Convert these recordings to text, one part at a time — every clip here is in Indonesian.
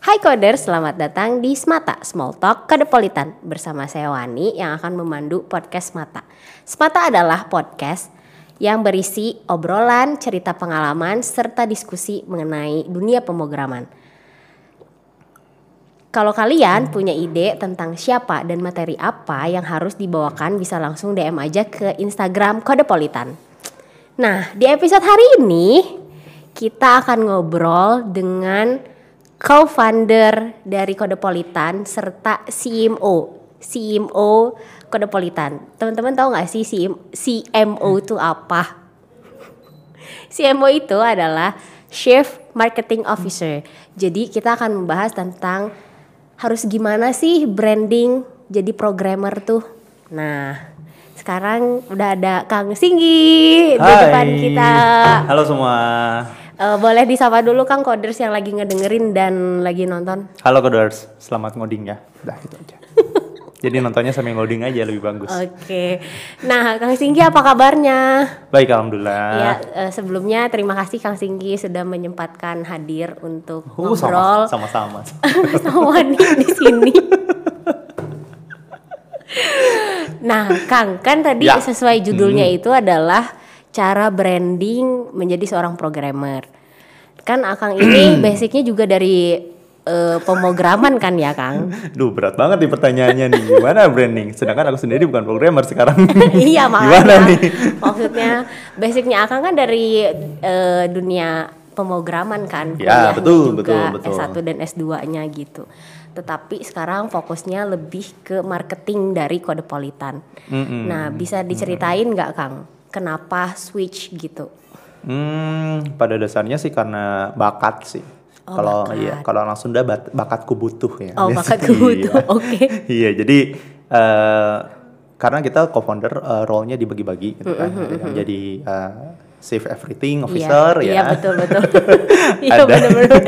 Hai Coder, selamat datang di Smata Small Talk Kodepolitan bersama saya Wani yang akan memandu podcast Smata. Smata adalah podcast yang berisi obrolan, cerita pengalaman, serta diskusi mengenai dunia pemrograman. Kalau kalian punya ide tentang siapa dan materi apa yang harus dibawakan, bisa langsung DM aja ke Instagram Kodepolitan. Nah, di episode hari ini kita akan ngobrol dengan co-founder dari Kodepolitan serta CMO Kodepolitan. Teman-teman tahu nggak sih CMO itu apa? CMO itu adalah Chief Marketing Officer. Jadi kita akan membahas tentang harus gimana sih branding jadi programmer tuh. Nah, sekarang udah ada Kang Singgi di depan kita. Halo semua. Boleh disapa dulu Kang Coders yang lagi ngedengerin dan lagi nonton. Halo Coders, selamat ngoding ya. Udah itu aja. Jadi nontonnya sambil ngoding aja lebih bagus. Oke. Nah, Kang Singgi apa kabarnya? Baik, alhamdulillah. Ya, sebelumnya terima kasih Kang Singgi sudah menyempatkan hadir untuk ngobrol sama-sama. sama Wani di sini. Nah, Kang, kan tadi sesuai judulnya itu adalah cara branding menjadi seorang programmer. Kan Akang ini basicnya juga dari pemrograman kan ya Kang? Duh, berat banget nih pertanyaannya nih. Gimana branding? Sedangkan aku sendiri bukan programmer sekarang. Iya makanya. Gimana nih? Maksudnya basicnya Akang kan dari dunia pemrograman kan? Ya, betul. S1 dan S2-nya gitu. Tetapi sekarang fokusnya lebih ke marketing dari Kodepolitan. Nah, bisa diceritain nggak Kang? Kenapa switch gitu? Pada dasarnya sih karena bakat sih. Kalau orang Sunda bakatku butuh ya. Oh, bakatku butuh. Oke. Iya, jadi karena kita co-founder role-nya dibagi-bagi gitu kan. Jadi Save Everything Officer ya. Iya, betul. Iya benar-benar.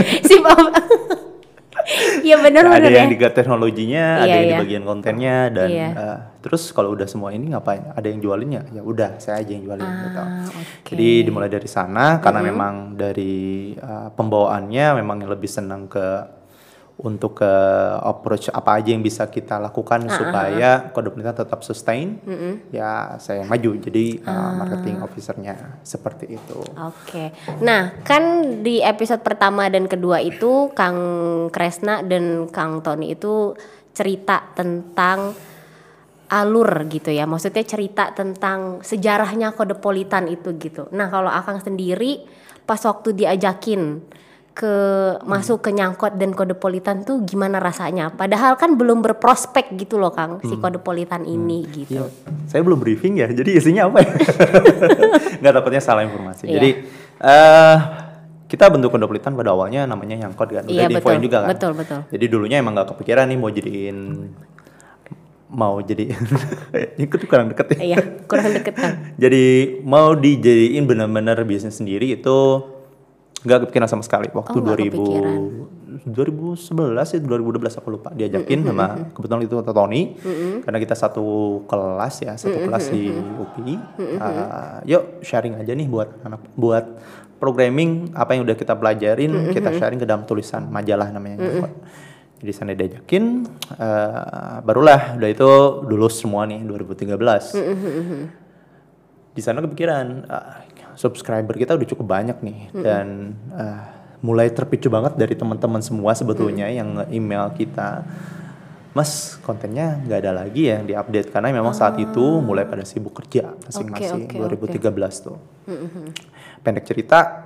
Iya benar-benar ada ya. yang di teknologinya, ada yang di bagian kontennya dan terus kalau udah semua ini ngapain? Ada yang jualinnya? Ya udah, saya aja yang jualin gitu. Okay. Jadi dimulai dari sana karena memang dari pembawaannya memang yang lebih senang untuk ke approach apa aja yang bisa kita lakukan supaya Kodepolitan tetap sustain. Ya saya yang maju jadi marketing officer-nya seperti itu. Oke. Nah, kan di episode pertama dan kedua itu Kang Kresna dan Kang Tony itu cerita tentang alur gitu ya. Maksudnya cerita tentang sejarahnya Kodepolitan itu gitu. Nah, kalau Akang sendiri pas waktu diajakin masuk ke Nyangkot dan Kodepolitan tuh gimana rasanya? Padahal kan belum berprospek gitu loh Kang si Kodepolitan ini gitu. Ya, saya belum briefing ya, jadi isinya apa ya? Nggak, takutnya salah informasi. Jadi kita bentuk Kodepolitan pada awalnya namanya Nyangkot kan, udah diinfoin juga kan. Betul. Jadi dulunya emang nggak kepikiran nih mau jadi itu kurang deket ya. Iya, kurang deket kan. Jadi mau dijadiin benar-benar bisnis sendiri itu nggak kepikiran sama sekali waktu 2011 ya 2012 aku lupa diajakin sama kebetulan itu Tony karena kita satu kelas di UPI. Yuk sharing aja nih buat programming apa yang udah kita pelajarin kita sharing ke dalam tulisan majalah namanya. Jadi sana diajakin barulah udah itu lulus semua nih 2013. Di sana kepikiran subscriber kita udah cukup banyak nih dan mulai terpicu banget dari teman-teman semua sebetulnya yang email kita, Mas kontennya nggak ada lagi ya yang diupdate karena memang saat itu mulai pada sibuk kerja masing-masing. 2013 tuh. Pendek cerita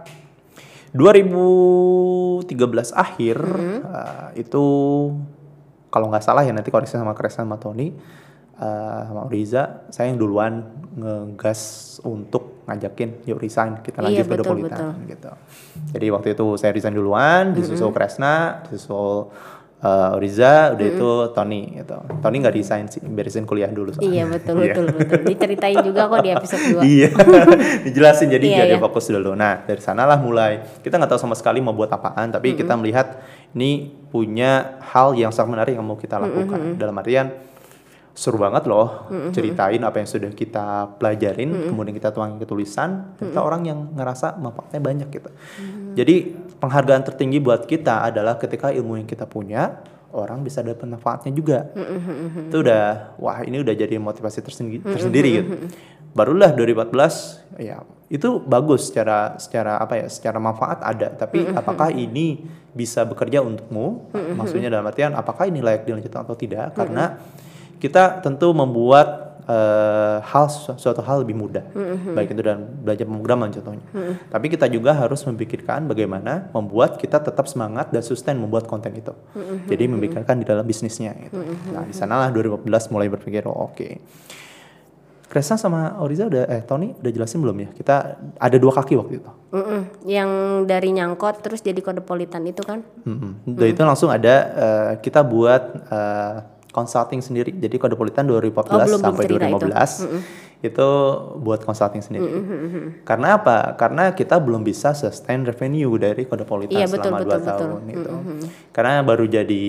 2013 akhir itu kalau nggak salah ya nanti koreksi sama Kresna sama Tony sama Riza, saya yang duluan ngegas untuk ngajakin yuk resign kita lanjut ke Kodepolitan gitu. Jadi waktu itu saya resign duluan, disusul Kresna, disusul Riza, udah itu Tony gitu. Tony nggak resign sih, beresin kuliah dulu soalnya. Iya betul. Diceritain juga kok di episode 2. Iya, dijelasin jadi dia fokus dulu. Nah dari sanalah mulai kita nggak tahu sama sekali mau buat apaan, tapi kita melihat ini punya hal yang sangat menarik yang mau kita lakukan. Dalam artian seru banget loh ceritain apa yang sudah kita pelajarin, kemudian kita tuangin ke tulisan, ternyata orang yang ngerasa manfaatnya banyak gitu. Jadi penghargaan tertinggi buat kita adalah ketika ilmu yang kita punya orang bisa dapat manfaatnya juga. Itu udah, wah ini udah jadi motivasi tersendiri gitu. Barulah 2014 ya itu bagus secara apa ya, secara manfaat ada, tapi apakah ini bisa bekerja untukmu? Maksudnya dalam artian apakah ini layak dilanjutkan atau tidak? Karena kita tentu membuat suatu hal lebih mudah, baik itu dalam belajar pemrograman contohnya. Tapi kita juga harus memikirkan bagaimana membuat kita tetap semangat dan sustain membuat konten itu. Jadi memikirkan di dalam bisnisnya. Gitu. Nah di sanalah 2014 mulai berpikir, oke. Kresna sama Oriza Tony udah jelasin belum ya? Kita ada 2 kaki waktu itu. Yang dari nyangkot terus jadi Kodepolitan itu kan? Dari itu langsung ada kita buat consulting sendiri. Jadi Kodepolitan 2014 sampai 2015 itu buat consulting sendiri. Karena apa? Karena kita belum bisa sustain revenue dari Kodepolitan selama 2 tahun itu. Karena baru jadi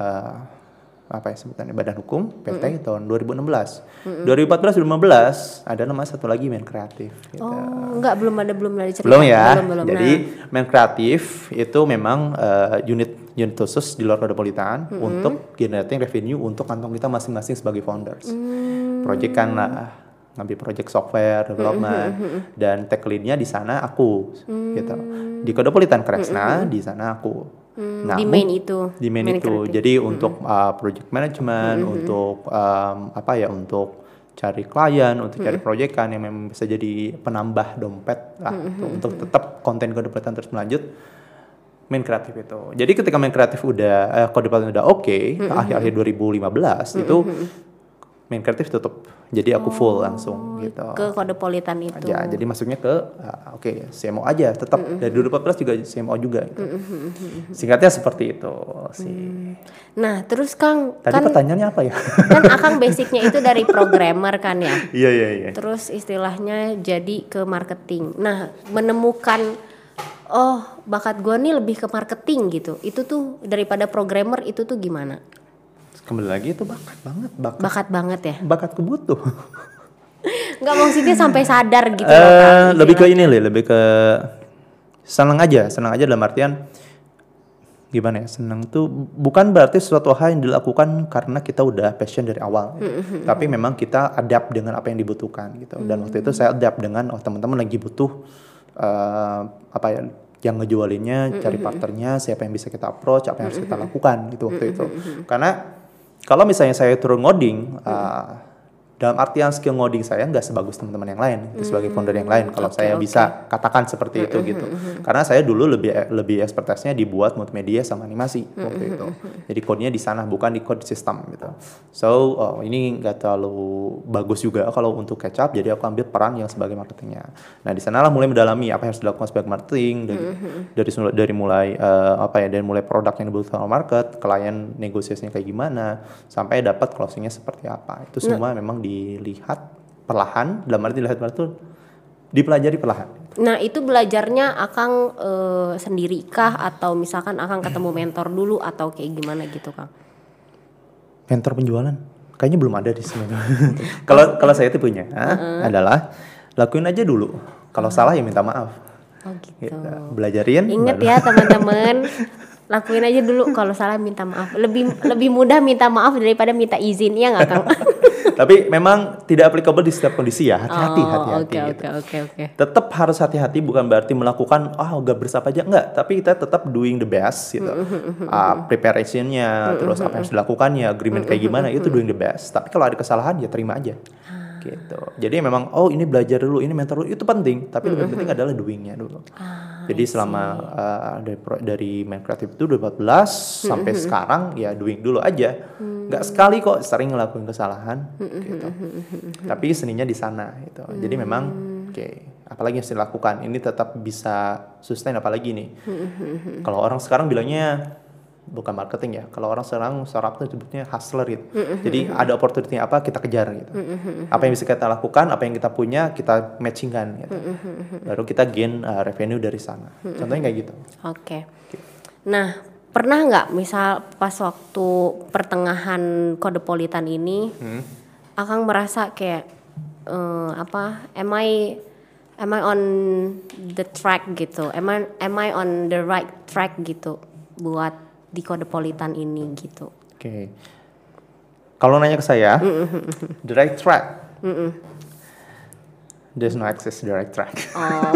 apa ya sebutannya badan hukum PT tahun 2016. 2014-2015 ada nama satu lagi main kreatif. Gitu. Oh, belum ada cerita. Belum ya. Belum. Jadi main kreatif itu memang unit khusus di luar Kodepolitan untuk generating revenue untuk kantong kita masing-masing sebagai founders. Project kan lah, ngambil project software development dan tech lead-nya di sana aku gitu. Di Kodepolitan Kresna di sana aku. Nah, di main itu. Jadi untuk project management, untuk untuk cari klien, untuk cari proyekan yang memang bisa jadi penambah dompet lah, untuk tetap konten Kodepolitan terus melanjut. Main kreatif itu. Jadi ketika main kreatif udah Kodepolitan udah akhir-akhir 2015 itu main kreatif tutup. Jadi aku full langsung gitu. Ke Kodepolitan itu. Ya, jadi masuknya ke CMO aja tetap. Dari 2014 juga CMO juga gitu. Singkatnya seperti itu sih. Nah, terus Kang, tadi pertanyaannya apa ya? Kan Akang basicnya itu dari programmer kan ya? Iya. Terus istilahnya jadi ke marketing. Nah, menemukan bakat gue nih lebih ke marketing gitu. Itu tuh daripada programmer itu tuh gimana? Kembali lagi itu bakat banget ya? Bakat kebutuh. Nggak maksudnya sampai sadar gitu lebih ke ini lebih ke senang aja dalam artian gimana ya, senang tuh bukan berarti sesuatu hal yang dilakukan karena kita udah passion dari awal gitu. Tapi memang kita adapt dengan apa yang dibutuhkan gitu. Dan waktu itu saya adapt dengan teman-teman lagi butuh yang ngejualinnya, cari partnernya, siapa yang bisa kita approach, apa yang harus kita lakukan gitu waktu itu. Karena kalau misalnya saya turun ngoding, dalam artian skill ngoding saya nggak sebagus teman-teman yang lain, sebagai founder yang lain. Kalau saya bisa katakan seperti itu gitu, karena saya dulu lebih expertise-nya dibuat multimedia sama animasi waktu itu. Jadi code-nya di sana, bukan di code system gitu. So ini nggak terlalu bagus juga kalau untuk catch up. Jadi aku ambil peran yang sebagai marketingnya. Nah di sanalah mulai mendalami apa yang harus dilakukan sebagai marketing dari mulai dari mulai produk yang dibutuhkan oleh market, klien negosiasinya kayak gimana, sampai dapat closing-nya seperti apa. Itu semua memang dilihat perlahan, dalam arti dilihat perlahan itu dipelajari perlahan. Nah itu belajarnya Akang sendirikah atau misalkan Akang ketemu mentor dulu atau kayak gimana gitu Kang? Mentor penjualan? Kayaknya belum ada di sini. Kalau saya tipenya adalah lakuin aja dulu. Kalau salah ya minta maaf. Oh gitu. Belajarin. Ingat ya teman-teman. Lakuin aja dulu, kalau salah minta maaf. Lebih mudah minta maaf daripada minta izin, ya nggak Kang? Tapi memang tidak applicable di setiap kondisi ya. Hati-hati. Oke. Tetap harus hati-hati, bukan berarti melakukan gak bersapa aja, enggak. Tapi kita tetap doing the best gitu. Preparationnya, terus apa yang harus dilakukannya, agreement kayak gimana, itu doing the best. Tapi kalau ada kesalahan ya terima aja. Gitu. Jadi memang ini belajar dulu, ini mentor dulu, itu penting. Tapi lebih penting adalah doingnya dulu. Jadi selama dari main kreatif itu 2014 sampai sekarang ya doing dulu aja. Nggak sekali kok sering ngelakuin kesalahan gitu. Tapi seninya di sana gitu. Jadi memang apalagi yang harus dilakukan ini tetap bisa sustain, apalagi nih. Kalau orang sekarang bilangnya bukan marketing ya. Kalau orang sekarang startup itu sebutnya hustler gitu. Jadi ada opportunity apa kita kejar gitu. Apa yang bisa kita lakukan, apa yang kita punya kita matchingkan gitu. Baru kita gain revenue dari sana. Contohnya kayak gitu. Oke. Nah, pernah nggak misal pas waktu pertengahan Kodepolitan ini Akang merasa kayak am I on the track gitu, am I on the right track gitu buat di Kodepolitan ini gitu. Oke. Kalau nanya ke saya, the right track, there's no access the right track. Oh,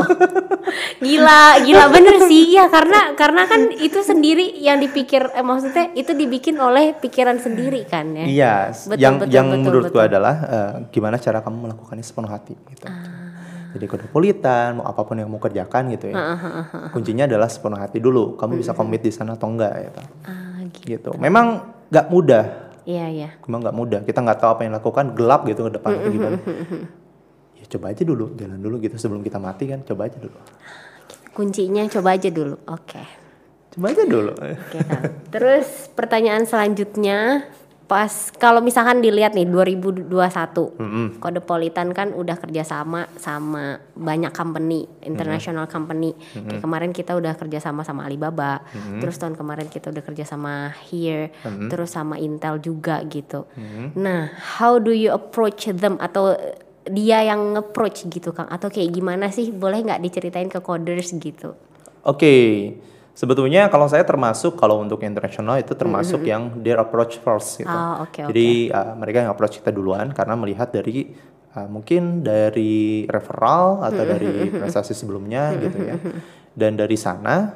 gila bener sih ya, karena kan itu sendiri yang dipikir, maksudnya itu dibikin oleh pikiran sendiri kan ya. Iya, Betul, yang betul, menurutku betul. adalah gimana cara kamu melakukannya sepenuh hati gitu. Jadi Kodepolitan, mau apapun yang mau kerjakan gitu ya. Kuncinya adalah sepenuh hati dulu. Kamu bisa komit di sana atau enggak gitu. Gitu. Memang nggak mudah. Iya. Memang nggak mudah. Kita nggak tahu apa yang lakukan, gelap gitu ke depan atau gimana. Ya coba aja dulu, jalan dulu gitu sebelum kita mati kan. Coba aja dulu. Kuncinya coba aja dulu. Oke. Coba aja dulu. Oke, Kang. Terus pertanyaan selanjutnya, pas kalau misalkan dilihat nih 2021, Kodepolitan kan udah kerjasama sama banyak company, international company. Kayak kemarin kita udah kerjasama sama Alibaba, terus tahun kemarin kita udah kerjasama Here, terus sama Intel juga gitu. Nah, how do you approach them, atau dia yang nge-approach gitu Kang, atau kayak gimana sih? Boleh nggak diceritain ke coders gitu? Oke. Sebetulnya kalau saya termasuk, kalau untuk internasional itu termasuk yang their approach first gitu. Oke. Jadi mereka yang approach kita duluan karena melihat dari mungkin dari referral atau dari prestasi sebelumnya gitu ya. Dan dari sana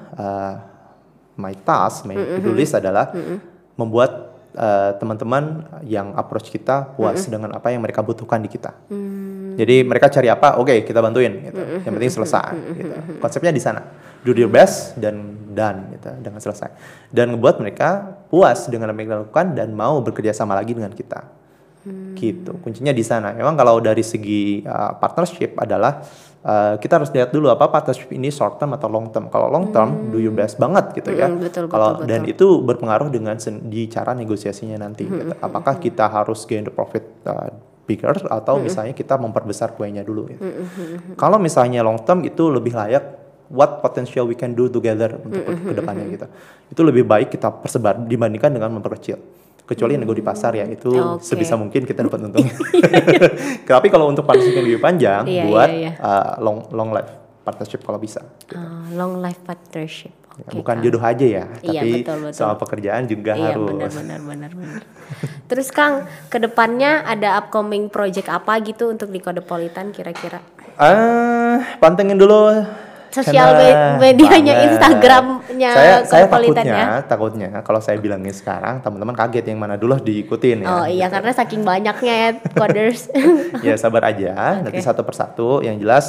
my task, my to-do list adalah membuat teman-teman yang approach kita puas dengan apa yang mereka butuhkan di kita. Jadi mereka cari apa, oke, kita bantuin gitu. Yang penting selesai gitu. Konsepnya di sana. Do your best dan done gitu, dengan selesai. Dan ngebuat mereka puas dengan apa yang kita lakukan dan mau bekerja sama lagi dengan kita. Gitu. Kuncinya di sana. Memang kalau dari segi partnership adalah kita harus lihat dulu apa partnership ini short term atau long term. Kalau long term, do your best banget gitu ya. Betul. Dan itu berpengaruh dengan di cara negosiasinya nanti. Gitu. Apakah kita harus gain the profit bigger atau misalnya kita memperbesar kuenya dulu. Gitu. Kalau misalnya long term itu lebih layak what potential we can do together untuk kedepannya gitu. Itu lebih baik kita persebar dibandingkan dengan memperkecil. Kecuali nego di pasar ya, itu sebisa mungkin kita dapat untung. Tapi kalau untuk partnership yang lebih panjang, buat long life partnership kalau bisa. Gitu. Long life partnership. Bukan jodoh aja ya, tapi betul. soal pekerjaan juga harus. Benar. Terus Kang, kedepannya ada upcoming project apa gitu untuk di Kodepolitan kira-kira? Pantengin dulu sosial medianya, Instagramnya Kodepolitan ya. Takutnya kalau saya bilangin sekarang teman-teman kaget yang mana dulu diikutin ya. Oh iya, karena saking banyaknya ya coders. Ya sabar aja, nanti satu persatu. Yang jelas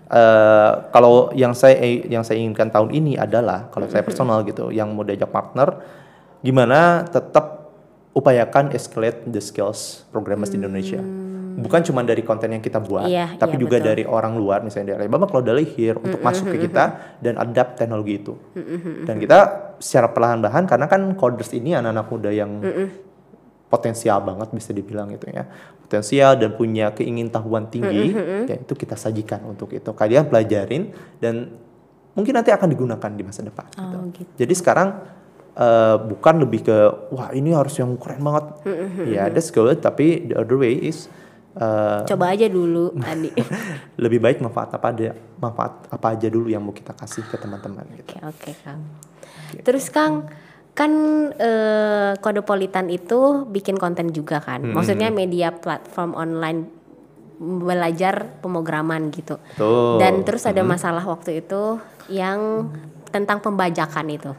kalau yang saya inginkan tahun ini adalah kalau saya personal gitu, yang mau diajak partner, gimana tetap upayakan escalate the skills programmers di Indonesia. Bukan cuma dari konten yang kita buat, tapi juga betul. Dari orang luar, misalnya dari Alibaba, kalau dari Here, untuk masuk ke kita dan adapt teknologi itu. Dan kita secara perlahan-lahan, karena kan coders ini anak-anak muda yang potensial banget bisa dibilang gitu ya. Potensial dan punya keingintahuan tinggi, ya itu kita sajikan untuk itu. Kalian pelajarin dan mungkin nanti akan digunakan di masa depan. Gitu. Jadi sekarang bukan lebih ke, wah ini harus yang keren banget. Ya, that's good, tapi the other way is coba aja dulu tadi. Lebih baik manfaat apa aja dulu yang mau kita kasih ke teman-teman gitu. Oke, Kang. Gitu. Terus Kang, kan Kodepolitan itu bikin konten juga kan. Maksudnya media platform online belajar pemrograman gitu. Tuh. Dan terus ada masalah waktu itu yang tentang pembajakan itu.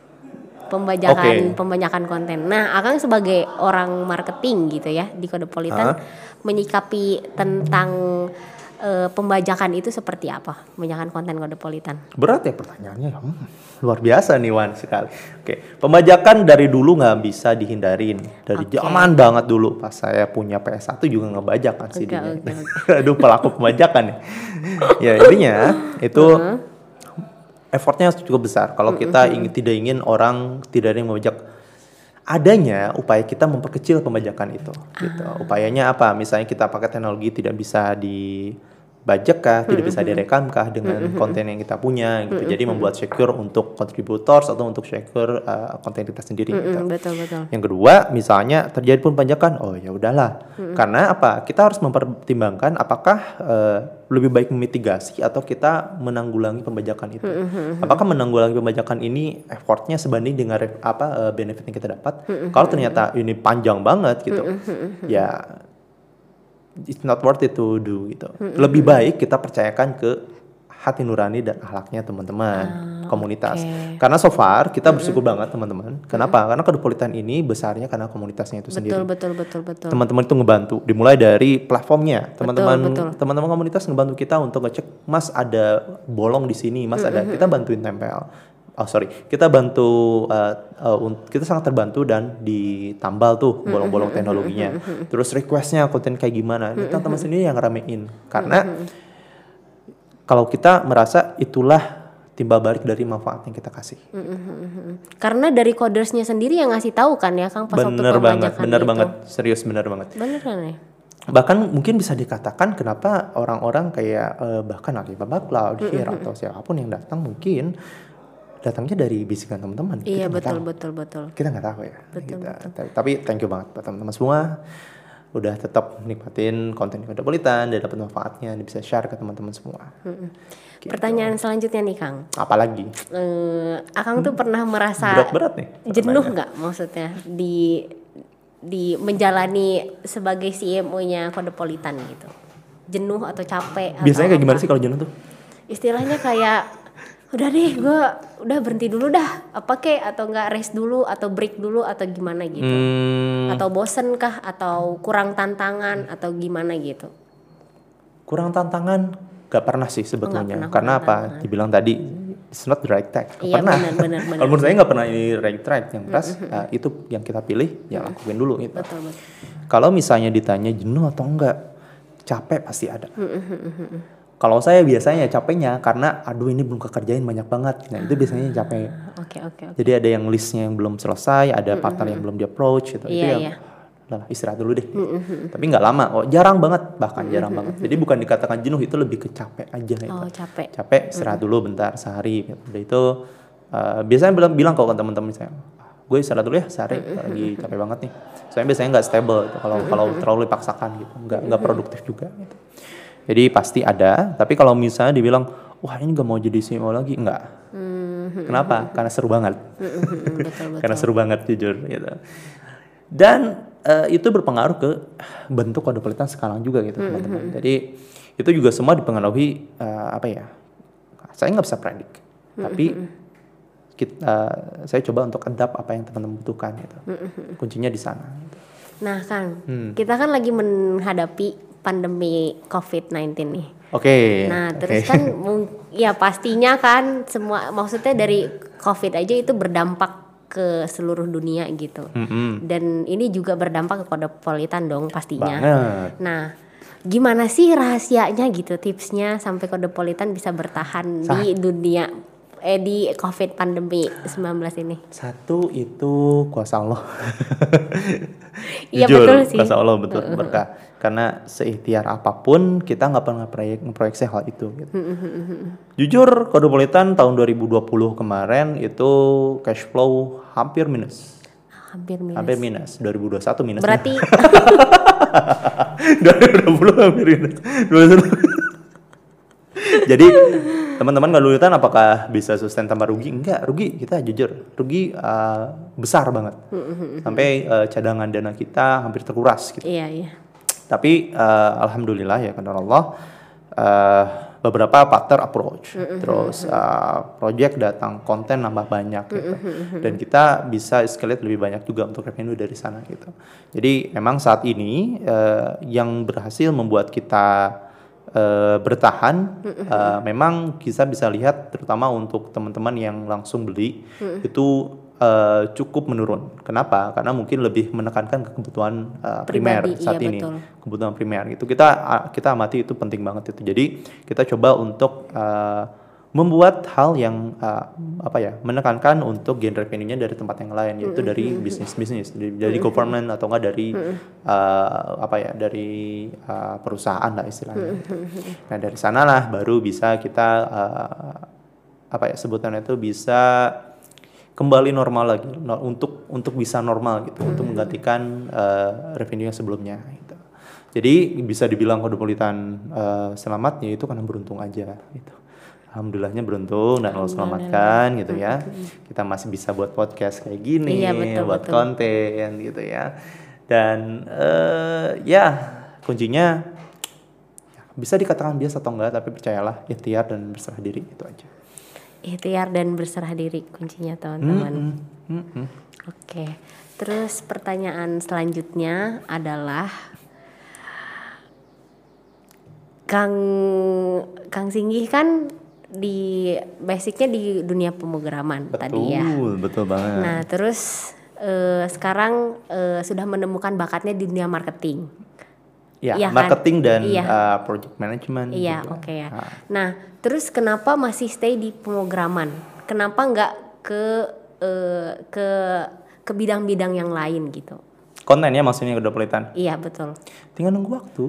Pembajakan konten. Nah, Akang sebagai orang marketing gitu ya di Kodepolitan menyikapi tentang pembajakan itu seperti apa? Pembajakan konten Kodepolitan. Berat ya pertanyaannya. Luar biasa nih Wan sekali. Oke, pembajakan dari dulu nggak bisa dihindarin. Dari zaman banget dulu pas saya punya PS1 juga ngebajak kan CD-nya. Aduh, pelaku pembajakan nih. Ya intinya itu effortnya cukup besar. Kalau kita tidak ingin orang tidak ada yang membajak, adanya upaya kita memperkecil pembajakan itu. Gitu. Upayanya apa? Misalnya kita pakai teknologi tidak bisa dibajak kah, tidak bisa direkam kah dengan konten yang kita punya gitu. Jadi membuat secure untuk contributors atau untuk secure konten kita sendiri gitu. Betul. Yang kedua, misalnya terjadi pun pajakan, oh ya udahlah. Karena apa? Kita harus mempertimbangkan apakah lebih baik memitigasi atau kita menanggulangi pembajakan itu. Apakah menanggulangi pembajakan ini effortnya sebanding dengan benefit yang kita dapat? Kalau ternyata ini panjang banget gitu, ya it's not worth it to do gitu. Lebih baik kita percayakan ke hati nurani dan akhlaknya teman-teman komunitas. Karena so far kita bersyukur banget teman-teman. Kenapa? Karena Kodepolitan ini besarnya karena komunitasnya itu sendiri. Betul. Teman-teman itu ngebantu. Dimulai dari platformnya. Teman-teman komunitas ngebantu kita untuk ngecek, Mas ada bolong di sini, Mas ada. Kita bantuin tempel. Kita bantu, kita sangat terbantu dan ditambal tuh bolong-bolong teknologinya. Terus requestnya konten kayak gimana, kita teman sendiri yang ramein. Karena kalau kita merasa itulah timbal balik dari manfaat yang kita kasih. Karena dari codersnya sendiri yang ngasih tahu kan ya Kang pas waktu pembajakan bener banget, serius bener banget. Bener kan ya? Bahkan mungkin bisa dikatakan kenapa orang-orang kayak bahkan Alibaba Cloud, Share atau siapapun yang datang mungkin datangnya dari bisikan teman-teman. Iya, betul. Kita nggak tahu ya. Betul. Tapi thank you banget buat teman-teman semua. Udah tetap nikmatin konten Kodepolitan dan dapat manfaatnya, dan bisa share ke teman-teman semua. Gitu. Pertanyaan selanjutnya nih Kang. Apalagi? Akang tuh pernah merasa berat-berat nih. Jenuh nggak maksudnya di menjalani sebagai CMO-nya Kodepolitan gitu? Jenuh atau capek? Biasanya kayak gimana sih kalau jenuh tuh? Istilahnya kayak udah deh gue udah berhenti dulu dah atau enggak rest dulu atau break dulu atau gimana gitu atau bosen kah atau kurang tantangan atau gimana gitu. Kurang tantangan gak pernah sih sebetulnya. Karena apa? Dibilang tadi it's not the right track. Iya, pernah. Benar. Kalau menurut saya gak pernah ini right track. Yang jelas itu yang kita pilih, ya lakuin dulu gitu. Betul. Kalau misalnya ditanya jenuh atau enggak, capek pasti ada. Kalau saya biasanya capeknya karena aduh ini belum kekerjain banyak banget. Nah itu biasanya capek. Oke. Jadi ada yang listnya yang belum selesai, ada partner yang belum di approach gitu. Iya, itu udah istirahat dulu deh. Tapi nggak lama, jarang banget, bahkan jarang banget. Jadi bukan dikatakan jenuh, itu lebih ke capek aja gitu. Capek, istirahat dulu bentar sehari. Gitu. Udah itu biasanya bilang kalau teman-teman saya, gue istirahat dulu ya sehari, lagi capek banget nih. Soalnya biasanya nggak stable gitu. Kalau terlalu dipaksakan gitu, nggak produktif juga. Gitu. Jadi pasti ada, tapi kalau misalnya dibilang, wah ini gak mau jadi CMO lagi, enggak. Kenapa? Karena seru banget. Betul. Karena seru banget jujur gitu. Dan itu berpengaruh ke bentuk Kodepolitan sekarang juga gitu teman-teman. Jadi itu juga semua dipengaruhi saya nggak bisa predik, tapi saya coba untuk adapt apa yang teman-teman butuhkan gitu. Kuncinya di sana. Gitu. Nah Kang, kita kan lagi menghadapi pandemi COVID-19 nih. Oke. Nah terus kan ya pastinya kan semua maksudnya dari COVID aja itu berdampak ke seluruh dunia gitu. Dan ini juga berdampak ke Kodepolitan dong pastinya. Banget. Nah gimana sih rahasianya gitu, tipsnya sampai Kodepolitan bisa bertahan di dunia di COVID pandemi 19 ini? Satu itu kuasa Allah. Iya betul sih. Kuasa Allah betul berkah. Karena seikhtiar apapun kita nggak pernah memproyeksi hal itu. Gitu. Jujur Kodepolitan tahun 2020 kemarin itu cash flow hampir minus. Hampir minus. 2021 minus. Berarti 2020 hampir minus. 2021. Jadi teman-teman Kodepolitan apakah bisa sustain tanpa rugi? Enggak, rugi kita jujur. Rugi besar banget. Sampai cadangan dana kita hampir terkuras gitu. Iya. Tapi alhamdulillah ya karena Allah beberapa partner approach. Terus project datang, konten nambah banyak gitu. Dan kita bisa escalate lebih banyak juga untuk revenue dari sana gitu. Jadi memang saat ini yang berhasil membuat kita bertahan memang kita bisa lihat terutama untuk teman-teman yang langsung beli itu cukup menurun. Kenapa? Karena mungkin lebih menekankan ke kebutuhan primer saat ini. Betul. Kebutuhan primer itu kita amati itu penting banget itu. Jadi kita coba untuk membuat hal yang menekankan untuk gain revenue-nya dari tempat yang lain, yaitu dari bisnis dari government atau enggak dari perusahaan lah istilahnya. Nah dari sanalah baru bisa kita sebutannya itu bisa kembali normal lagi, untuk bisa normal gitu, untuk menggantikan revenue yang sebelumnya gitu. Jadi bisa dibilang Cosmopolitan selamatnya itu karena beruntung aja gitu. Alhamdulillahnya beruntung dan Allah selamatkan gitu ya. Kita masih bisa buat podcast kayak gini, buat konten gitu ya. Dan kuncinya bisa dikatakan biasa atau enggak, tapi percayalah, ikhtiar dan berserah diri, itu aja. Ikhtiar dan berserah diri kuncinya teman-teman. Oke. Terus pertanyaan selanjutnya adalah Kang Singgih kan basicnya di dunia pemrograman tadi ya. Betul banget. Nah terus sekarang sudah menemukan bakatnya di dunia marketing. Iya marketing kan? Dan project management. Iya gitu. Oke ya. Nah terus kenapa masih stay di pemrograman? Kenapa nggak ke bidang-bidang yang lain gitu? Kontennya maksudnya Cosmopolitan? Iya betul. Tinggal nunggu waktu.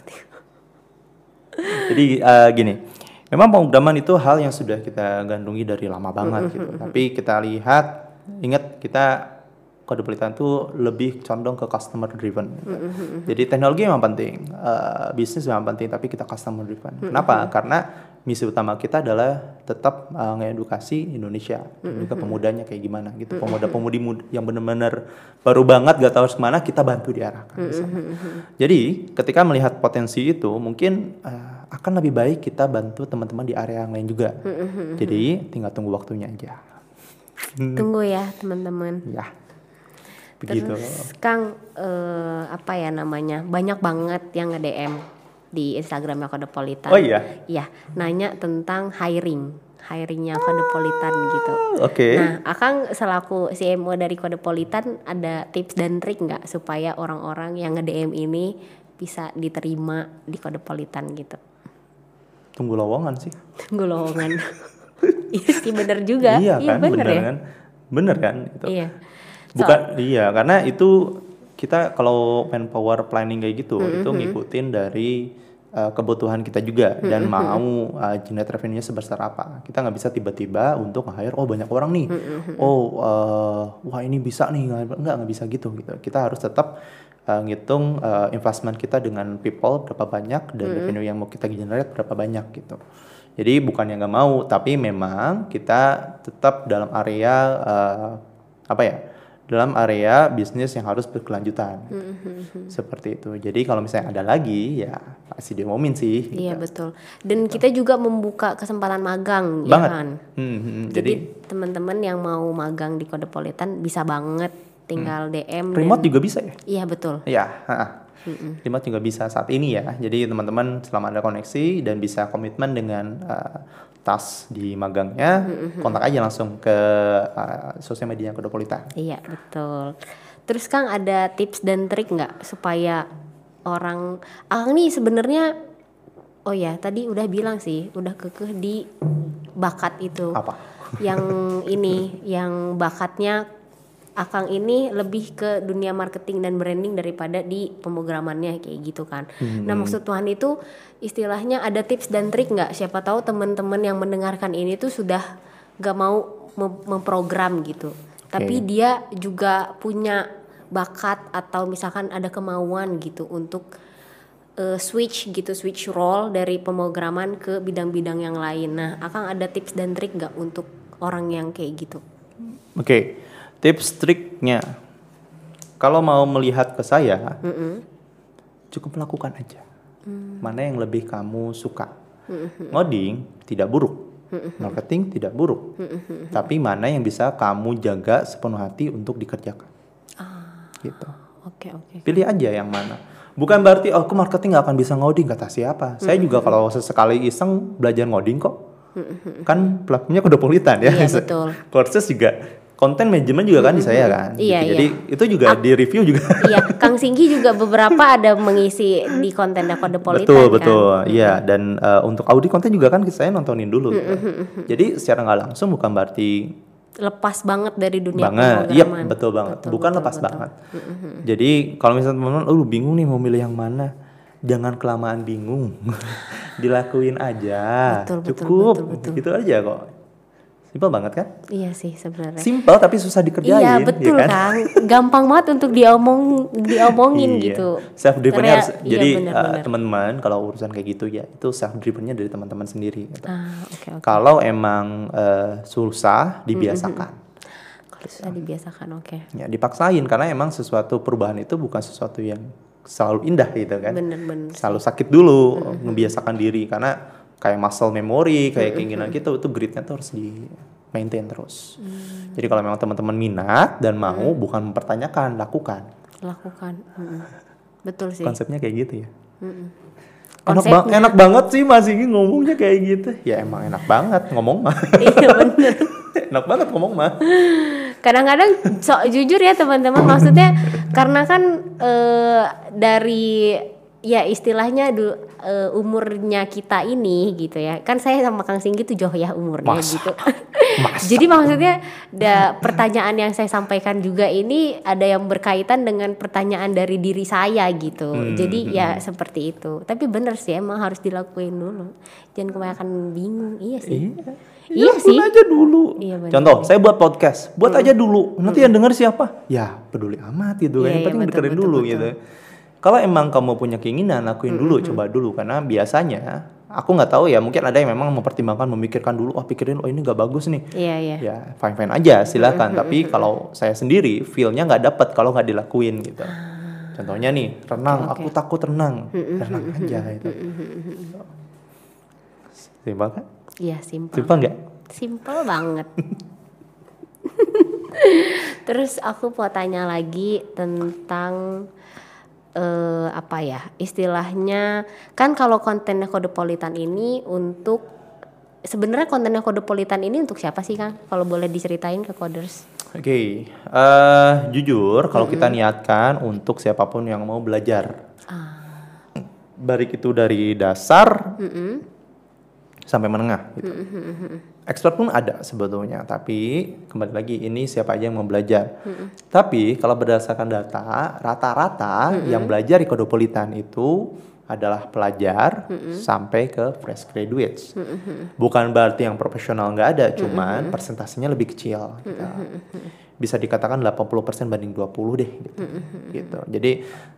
Jadi gini. Memang pemrograman itu hal yang sudah kita gandrungi dari lama banget gitu. Tapi kita ingat kita Cosmopolitan itu lebih condong ke customer driven. Gitu. Jadi teknologi memang penting, bisnis memang penting, tapi kita customer driven. Kenapa? Karena misi utama kita adalah tetap ngedukasi Indonesia, juga pemudanya kayak gimana gitu. Pemuda-pemudi yang benar-benar baru banget gak tahu harus kemana, kita bantu diarahkan. Jadi ketika melihat potensi itu, mungkin akan lebih baik kita bantu teman-teman di area yang lain juga. Jadi tinggal tunggu waktunya aja. Tunggu ya teman-teman. Ya. Begitu. Terus Kang banyak banget yang nge-DM di Instagramnya Cosmopolitan. Oh iya? Iya, nanya tentang hiringnya Cosmopolitan gitu. Oke. Nah, Akang selaku CMO dari Cosmopolitan ada tips dan trik nggak supaya orang-orang yang nge-DM ini bisa diterima di Cosmopolitan gitu? Tunggu lowongan sih. Tunggu lowongan. Iya sih bener juga. Iya kan, bener ya? kan? Bener kan? Gitu. Iya. Karena itu kita kalau manpower planning kayak gitu, itu ngikutin dari kebutuhan kita juga dan mau generate revenue-nya sebesar apa. Kita nggak bisa tiba-tiba untuk nge-hire banyak orang nih. Wah ini bisa nih, nggak bisa gitu. Kita harus tetap ngitung investment kita dengan people berapa banyak dan revenue yang mau kita generate berapa banyak gitu. Jadi bukan yang nggak mau, tapi memang kita tetap dalam area dalam area bisnis yang harus berkelanjutan. Seperti itu. Jadi kalau misalnya ada lagi ya pasti diumumin sih. Iya gitu. betul. Dan kita juga membuka kesempatan magang banget. Ya kan. Jadi teman-teman yang mau magang di Cosmopolitan bisa banget tinggal DM. Remote juga bisa ya? Iya betul. Iya. Remote juga bisa saat ini ya. Jadi teman-teman selama ada koneksi dan bisa komitmen dengan task di magangnya, kontak aja langsung ke sosial media Cosmopolitan. Iya betul. Terus Kang ada tips dan trik nggak supaya orang, Akang nih sebenarnya, tadi udah bilang sih, udah kekeh di bakat itu. Apa? Yang ini, yang bakatnya Akang ini lebih ke dunia marketing dan branding daripada di pemrogramannya kayak gitu kan. Nah maksud Tuhan itu istilahnya ada tips dan trik nggak? Siapa tahu teman-teman yang mendengarkan ini tuh sudah nggak mau memprogram gitu. Tapi dia juga punya bakat atau misalkan ada kemauan gitu untuk switch role dari pemrograman ke bidang-bidang yang lain. Nah Akang ada tips dan trik nggak untuk orang yang kayak gitu? Oke. Tips triknya, kalau mau melihat ke saya, cukup lakukan aja. Mana yang lebih kamu suka. Ngoding tidak buruk, marketing tidak buruk, tapi mana yang bisa kamu jaga sepenuh hati untuk dikerjakan. Gitu. Oke. Pilih aja yang mana. Bukan berarti aku marketing nggak akan bisa ngoding, kata siapa. Saya juga kalau sesekali iseng belajar ngoding kok. Kan platformnya Cosmopolitan ya. Iya betul. Courses juga konten manajemen juga kan di saya kan. Iya, gitu. Jadi itu juga di review juga. Iya, Kang Singgi juga beberapa ada mengisi di kontennya Kodepolitan Betul, kan. betul. Iya, dan untuk audit konten juga kan saya nontonin dulu. Gitu. Jadi secara nggak langsung bukan berarti lepas banget dari dunia banget. Iya, pemrograman. betul banget. Bukan lepas banget. Jadi kalau misalnya teman-teman lu bingung nih mau milih yang mana, jangan kelamaan bingung. Dilakuin aja. Cukup. Gitu aja kok. Simpel banget kan? Iya sih sebenarnya. Simpel tapi susah dikerjain. Iya betul ya kan? Kang. Gampang banget untuk diomongin gitu. Self drivennya harus. Iya, jadi teman-teman kalau urusan kayak gitu ya itu self drivennya dari teman-teman sendiri. Gitu. Okay. Kalau emang susah dibiasakan. Kalau susah dibiasakan, oke. Ya dipaksain karena emang sesuatu perubahan itu bukan sesuatu yang selalu indah gitu kan. Bener. Selalu sakit dulu ngebiasakan diri karena kayak muscle memory, kayak keinginan kita itu gritnya tuh harus di maintain terus. Jadi kalau memang teman-teman minat dan mau, bukan mempertanyakan, lakukan. Betul sih. Konsepnya kayak gitu ya. Enak banget sih Mas Inggi ngomongnya kayak gitu. Ya emang enak banget ngomong mah. Iya bener. Enak banget ngomong mah. Kadang-kadang jujur ya teman-teman, maksudnya karena kan dari ya istilahnya umurnya kita ini gitu ya, kan saya sama Kang Singgi tuh jauh ya umurnya. Masa? Gitu. Jadi maksudnya pertanyaan yang saya sampaikan juga ini ada yang berkaitan dengan pertanyaan dari diri saya gitu. Jadi ya seperti itu. Tapi bener sih emang harus dilakuin dulu. Jangan kebanyakan bingung. Iya sih. Iya sih. Aja dulu. Iya, contoh, saya buat podcast, buat aja dulu. Nanti yang denger siapa? Ya peduli amat gitu kan. Yang penting dengerin dulu gitu. Kalau emang kamu punya keinginan, lakuin dulu, coba dulu. Karena biasanya, aku nggak tahu ya, mungkin ada yang memang mempertimbangkan, memikirkan dulu, pikirin, ini nggak bagus nih. Iya. Ya fine aja, silakan. Tapi kalau saya sendiri, feel-nya nggak dapet kalau nggak dilakuin gitu. Contohnya nih, renang, aku takut renang, renang aja gitu. Simpel kan? Iya simpel. Simpel nggak? Simpel banget. Terus aku mau tanya lagi tentang istilahnya kan kalau kontennya Kodepolitan ini untuk sebenarnya kontennya Kodepolitan ini untuk siapa sih Kang? Kalau boleh diceritain ke Coders. Oke, jujur kalau kita niatkan untuk siapapun yang mau belajar, baik itu dari dasar sampai menengah gitu. Expert pun ada sebetulnya, tapi kembali lagi ini siapa aja yang mau belajar. Tapi kalau berdasarkan data, rata-rata yang belajar di Kodepolitan itu adalah pelajar sampai ke fresh graduates. Bukan berarti yang profesional nggak ada, cuman persentasenya lebih kecil. Gitu. Bisa dikatakan 80% banding 20 deh. Gitu. Jadi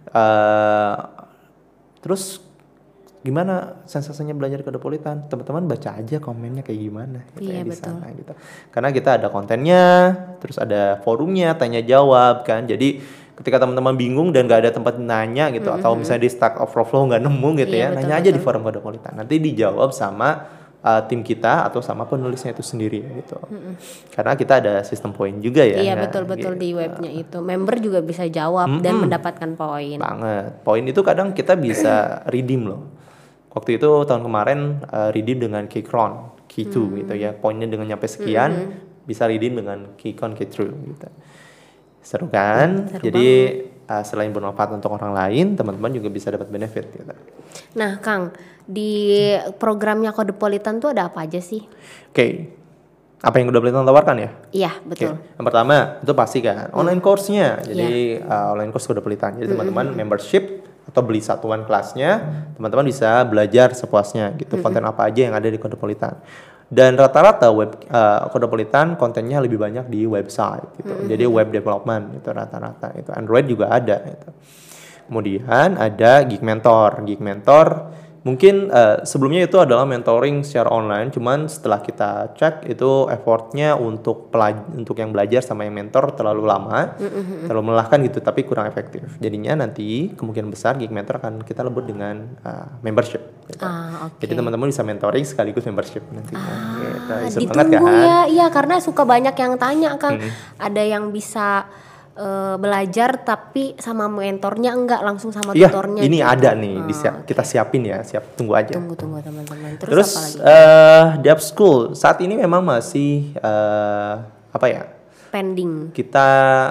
terus gimana sensasinya belajar Kodepolitan? Teman-teman baca aja komennya kayak gimana gitu di sana gitu. Karena kita ada kontennya, terus ada forumnya, tanya jawab kan. Jadi ketika teman-teman bingung dan gak ada tempat nanya gitu, atau misalnya di Stack Overflow nggak nemu gitu nanya aja di forum Kodepolitan. Nanti dijawab sama tim kita atau sama penulisnya itu sendiri gitu. Karena kita ada sistem poin juga ya. Iya betul-betul gitu. Di webnya itu member juga bisa jawab dan mendapatkan poin. Banget. Poin itu kadang kita bisa redeem loh. Waktu itu tahun kemarin redeem dengan Keychron, Key2 gitu ya. Poinnya dengan nyampe sekian bisa redeem dengan Keychron, Key3 gitu. Seru kan? Jadi selain bermanfaat untuk orang lain, teman-teman juga bisa dapat benefit gitu. Nah, Kang, di programnya Kodepolitan tuh ada apa aja sih? Oke. Apa yang Kodepolitan tawarkan ya? Iya, betul. Yang pertama, itu pasti kan online course-nya. Jadi online course Kodepolitan. Jadi teman-teman membership atau beli satuan kelasnya, teman-teman bisa belajar sepuasnya gitu. Konten apa aja yang ada di Kodepolitan. Dan rata-rata Kodepolitan kontennya lebih banyak di website gitu. Jadi web development itu rata-rata itu. Android juga ada gitu. Kemudian ada Geek Mentor. Geek Mentor mungkin sebelumnya itu adalah mentoring secara online, cuman setelah kita cek itu effortnya untuk yang belajar sama yang mentor terlalu lama, terlalu melelahkan gitu, tapi kurang efektif. Jadinya nanti kemungkinan besar Geek Mentor akan kita lebut dengan membership. Gitu. Jadi teman-teman bisa mentoring sekaligus membership nantinya. Gitu. Ditunggu kan? Iya karena suka banyak yang tanya Kang, ada yang bisa belajar tapi sama mentornya enggak langsung sama tutornya. Ini gitu. Ada nih kita siapin ya, tunggu aja. Tunggu teman-teman. Terus di Upschool saat ini memang masih Pending. Kita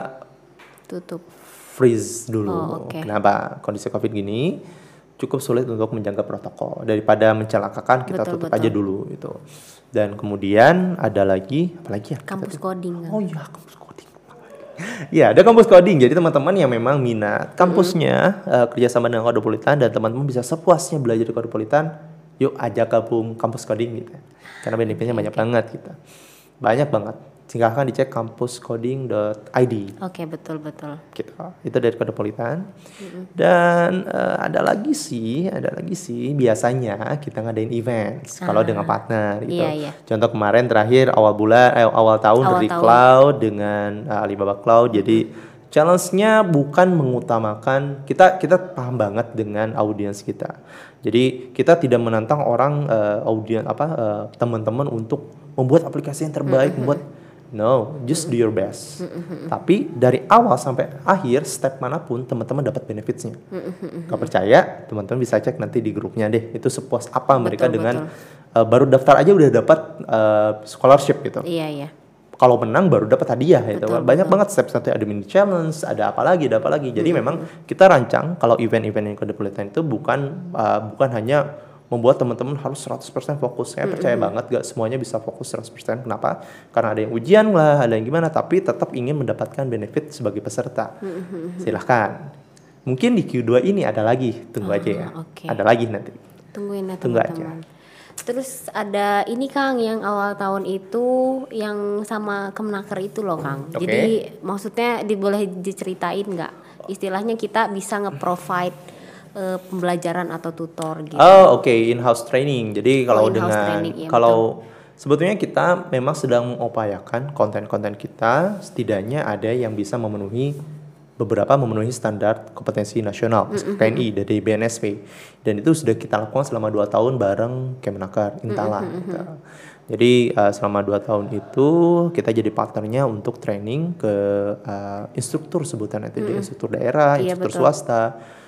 Tutup. freeze dulu. Oh, oke. Kenapa? Kondisi COVID gini cukup sulit untuk menjaga protokol. Daripada mencelakakan, kita Betul, tutup betul. aja dulu gitu. Dan kemudian ada lagi, apa lagi ya? Kampus coding. Oh iya, kampus coding. Ya, ada kampus coding. Jadi teman-teman yang memang minat kampusnya kerjasama dengan Kodepolitan dan teman-teman bisa sepuasnya belajar di Kodepolitan, yuk ajak gabung kampus coding gitu. Karena benefitnya banyak banget gitu. Banyak banget. Silahkan dicek kampuscoding.id. Oke, betul. Gitu. Itu dari Kodepolitan. Dan ada lagi sih biasanya kita ngadain events kalau dengan partner gitu. Iya. Contoh kemarin terakhir awal tahun dari Cloud dengan Alibaba Cloud. Jadi challenge-nya bukan mengutamakan, kita paham banget dengan audiens kita. Jadi kita tidak menantang orang teman-teman untuk membuat aplikasi yang terbaik, no, just do your best. Tapi dari awal sampai akhir, step manapun teman-teman dapat benefitsnya. Gak percaya, teman-teman bisa cek nanti di grupnya deh. Itu sepuas apa mereka dengan baru daftar aja udah dapat scholarship gitu. Iya. Kalau menang baru dapat hadiah gitu. Banyak banget step satu, ada mini challenge, ada apa lagi. Jadi memang kita rancang kalau event-event yang Kodepolitan itu bukan hanya membuat teman-teman harus 100% fokus. Saya percaya banget gak semuanya bisa fokus 100%. Kenapa? Karena ada yang ujian lah, ada yang gimana, tapi tetap ingin mendapatkan benefit sebagai peserta. Silahkan. Mungkin di Q2 ini ada lagi, tunggu aja ya. Okay. Ada lagi nanti. Tungguin ya Tunggu teman-teman. Terus ada ini Kang yang awal tahun itu yang sama Kemenaker itu loh Kang. Jadi maksudnya boleh diceritain nggak? Istilahnya kita bisa nge-provide pembelajaran atau tutor gitu. In-house training. Jadi kalau sebetulnya kita memang sedang mengupayakan konten-konten kita setidaknya ada yang bisa memenuhi standar kompetensi nasional KNI dari BNSP, dan itu sudah kita lakukan selama 2 tahun bareng Kemenaker Intala. Gitu. Jadi selama 2 tahun itu kita jadi partnernya untuk training ke instruktur sebutannya itu, instruktur daerah, instruktur swasta.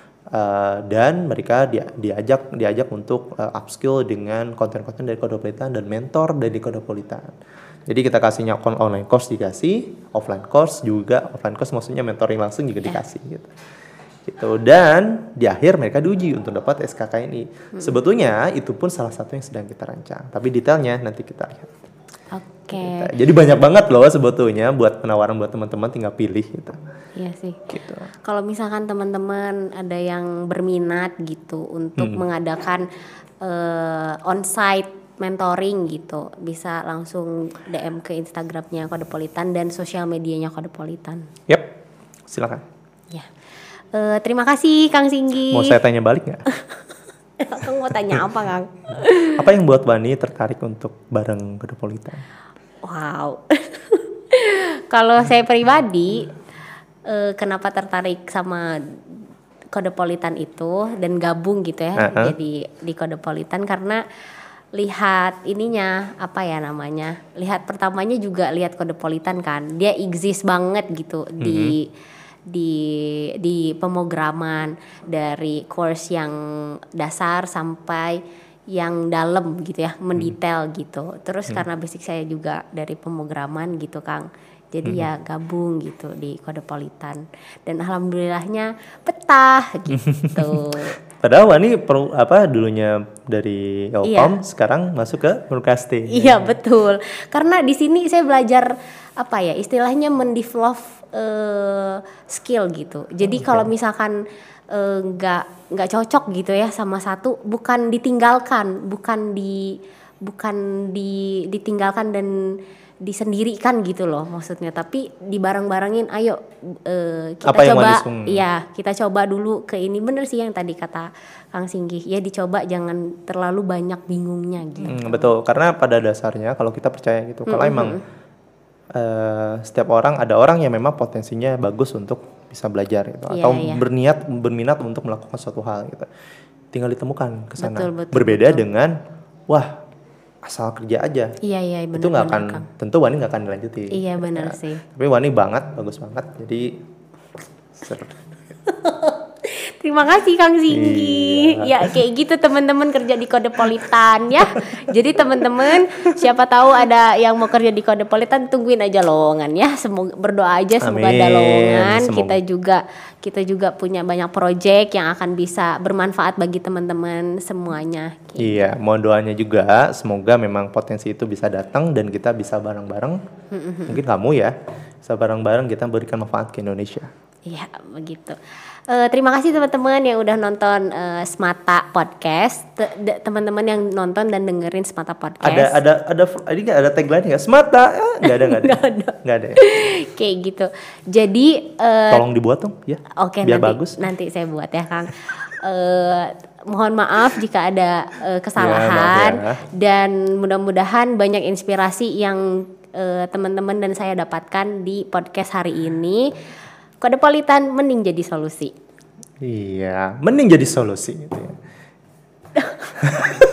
Dan mereka diajak untuk upskill dengan konten-konten dari Kodepolitan dan mentor dari Kodepolitan. Jadi kita kasihnya online course dikasih, offline course maksudnya mentoring langsung juga dikasih gitu. Dan di akhir mereka diuji untuk dapat SKKNI. Sebetulnya itu pun salah satu yang sedang kita rancang, tapi detailnya nanti kita lihat. Oke. Jadi banyak banget loh sebetulnya buat penawaran buat teman-teman, tinggal pilih gitu. Iya sih. Gitu. Kalau misalkan teman-teman ada yang berminat gitu untuk mengadakan on-site mentoring gitu, bisa langsung DM ke Instagramnya Kodepolitan dan sosial medianya Kodepolitan. Yap, silakan. Ya. Terima kasih Kang Singgi. Mau saya tanya balik nggak? Kang mau tanya apa Kang? Apa yang buat Wani tertarik untuk bareng Kodepolitan? Wow. Kalau saya pribadi, kenapa tertarik sama Kodepolitan itu dan gabung gitu ya, jadi di Kodepolitan karena lihat ininya lihat pertamanya juga lihat Kodepolitan kan, dia exist banget gitu di pemrograman dari course yang dasar sampai yang dalam gitu ya, mendetail gitu. Terus karena basic saya juga dari pemrograman gitu Kang, jadi ya gabung gitu di Kodepolitan dan alhamdulillahnya betah gitu. Padahal Wani dulunya dari Elkom, sekarang masuk ke Nurkaste. Iya betul, karena di sini saya belajar istilahnya mendevelop skill gitu. Jadi kalau misalkan nggak cocok gitu ya sama satu, bukan ditinggalkan, ditinggalkan dan disendirikan gitu loh maksudnya, tapi dibareng-barengin, ayo kita coba dulu ke ini. Bener sih yang tadi kata Kang Singgi, ya dicoba, jangan terlalu banyak bingungnya gitu. Betul, karena pada dasarnya kalau kita percaya gitu, kalau emang setiap orang, ada orang yang memang potensinya bagus untuk bisa belajar gitu, atau berminat untuk melakukan suatu hal gitu, tinggal ditemukan ke sana. Berbeda dengan asal kerja aja. Iya benar. Itu nggak akan, tentu Wani nggak akan dilanjutin. Iya benar sih. Tapi Wani bagus banget. Jadi Terima kasih Kang Singgi. Ya kayak gitu teman-teman kerja di Kodepolitan ya. Jadi teman-teman siapa tahu ada yang mau kerja di Kodepolitan, tungguin aja lowongan ya. Semoga berdoa aja semoga ada lowongan. Kita juga punya banyak proyek yang akan bisa bermanfaat bagi teman-teman semuanya. Gitu. Iya, mohon doanya juga semoga memang potensi itu bisa datang dan kita bisa bareng-bareng. Mungkin kamu ya, bisa bareng-bareng kita berikan manfaat ke Indonesia. Iya begitu. Terima kasih teman-teman yang udah nonton Semata Podcast. Teman-teman yang nonton dan dengerin Semata Podcast. Ini nggak ada tagline nggak? Semata? Nggak ada. Ya? Kayak gitu. Jadi tolong dibuat dong ya. Oke, biar nanti, bagus. Nanti saya buat ya Kang. Mohon maaf jika ada kesalahan dan mudah-mudahan banyak inspirasi yang teman-teman dan saya dapatkan di podcast hari ini. Kodepolitan mending jadi solusi. Iya, mending jadi solusi gitu ya.